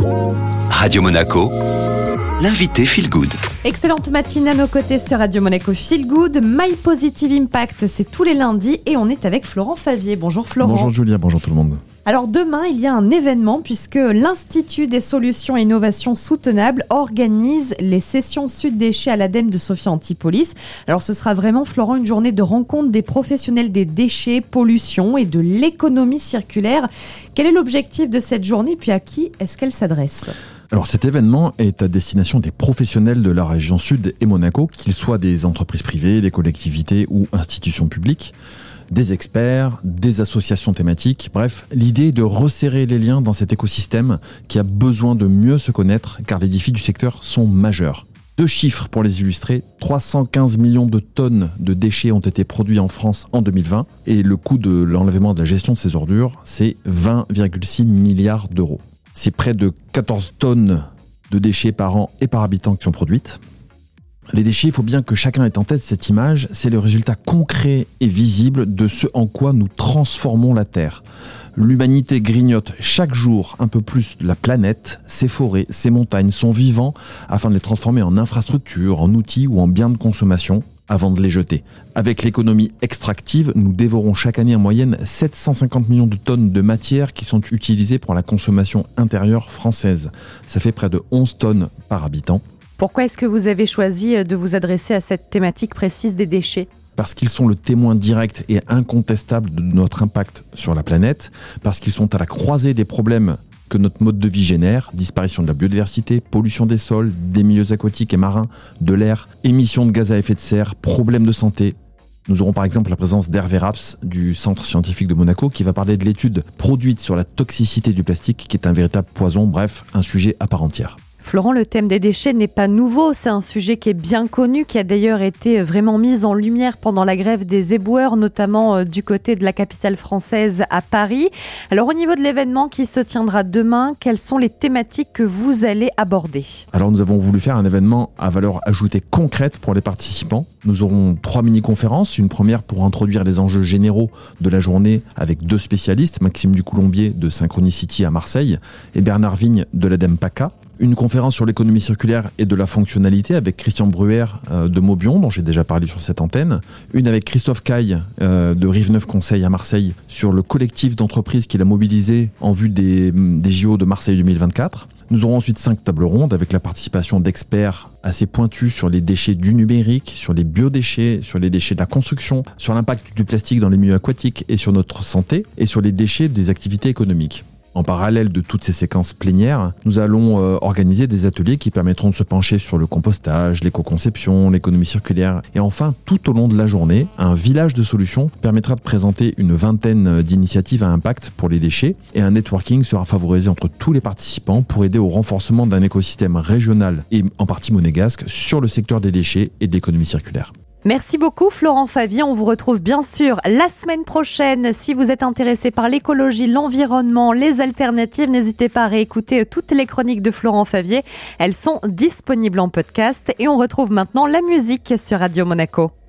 Radio Monaco, l'invité Feel Good. Excellente matinée à nos côtés sur Radio Monaco Feel Good. My Positive Impact, c'est tous les lundis et on est avec Florent Favier. Bonjour Florent. Bonjour Julia, bonjour tout le monde. Alors demain, il y a un événement puisque l'Institut des solutions et innovations soutenables organise les sessions Sud Déchets à l'ADEME de Sophia Antipolis. Alors ce sera vraiment, Florent, une journée de rencontre des professionnels des déchets, pollution et de l'économie circulaire. Quel est l'objectif de cette journée puis à qui est-ce qu'elle s'adresse ? Alors cet événement est à destination des professionnels de la région Sud et Monaco, qu'ils soient des entreprises privées, des collectivités ou institutions publiques, des experts, des associations thématiques. Bref, l'idée est de resserrer les liens dans cet écosystème qui a besoin de mieux se connaître car les défis du secteur sont majeurs. 2 chiffres pour les illustrer, 315 millions de tonnes de déchets ont été produits en France en 2020 et le coût de l'enlèvement de la gestion de ces ordures, c'est 20,6 milliards d'euros. C'est près de 14 tonnes de déchets par an et par habitant qui sont produites. Les déchets, il faut bien que chacun ait en tête cette image, c'est le résultat concret et visible de ce en quoi nous transformons la Terre. L'humanité grignote chaque jour un peu plus de la planète, ses forêts, ses montagnes, son vivant, afin de les transformer en infrastructures, en outils ou en biens de consommation, avant de les jeter. Avec l'économie extractive, nous dévorons chaque année en moyenne 750 millions de tonnes de matière qui sont utilisées pour la consommation intérieure française. Ça fait près de 11 tonnes par habitant. Pourquoi est-ce que vous avez choisi de vous adresser à cette thématique précise des déchets ? Parce qu'ils sont le témoin direct et incontestable de notre impact sur la planète, parce qu'ils sont à la croisée des problèmes que notre mode de vie génère, disparition de la biodiversité, pollution des sols, des milieux aquatiques et marins, de l'air, émissions de gaz à effet de serre, problèmes de santé. Nous aurons par exemple la présence d'Hervé Raps du Centre scientifique de Monaco qui va parler de l'étude produite sur la toxicité du plastique qui est un véritable poison, bref, un sujet à part entière. Florent, le thème des déchets n'est pas nouveau, c'est un sujet qui est bien connu, qui a d'ailleurs été vraiment mis en lumière pendant la grève des éboueurs, notamment du côté de la capitale française à Paris. Alors au niveau de l'événement qui se tiendra demain, quelles sont les thématiques que vous allez aborder ? Alors nous avons voulu faire un événement à valeur ajoutée concrète pour les participants. Nous aurons 3 mini-conférences, une première pour introduire les enjeux généraux de la journée avec 2 spécialistes, Maxime Ducoulombier de Synchronicity à Marseille et Bernard Vigne de l'ADEME PACA. Une conférence sur l'économie circulaire et de la fonctionnalité avec Christian Bruer de Maubion, dont j'ai déjà parlé sur cette antenne. Une avec Christophe Caille de Rive Neuf Conseil à Marseille sur le collectif d'entreprises qu'il a mobilisé en vue des JO de Marseille 2024. Nous aurons ensuite 5 tables rondes avec la participation d'experts assez pointus sur les déchets du numérique, sur les biodéchets, sur les déchets de la construction, sur l'impact du plastique dans les milieux aquatiques et sur notre santé, et sur les déchets des activités économiques. En parallèle de toutes ces séquences plénières, nous allons organiser des ateliers qui permettront de se pencher sur le compostage, l'éco-conception, l'économie circulaire. Et enfin, tout au long de la journée, un village de solutions permettra de présenter une vingtaine d'initiatives à impact pour les déchets. Et un networking sera favorisé entre tous les participants pour aider au renforcement d'un écosystème régional et en partie monégasque sur le secteur des déchets et de l'économie circulaire. Merci beaucoup Florent Favier, on vous retrouve bien sûr la semaine prochaine. Si vous êtes intéressé par l'écologie, l'environnement, les alternatives, n'hésitez pas à réécouter toutes les chroniques de Florent Favier. Elles sont disponibles en podcast et on retrouve maintenant la musique sur Radio Monaco.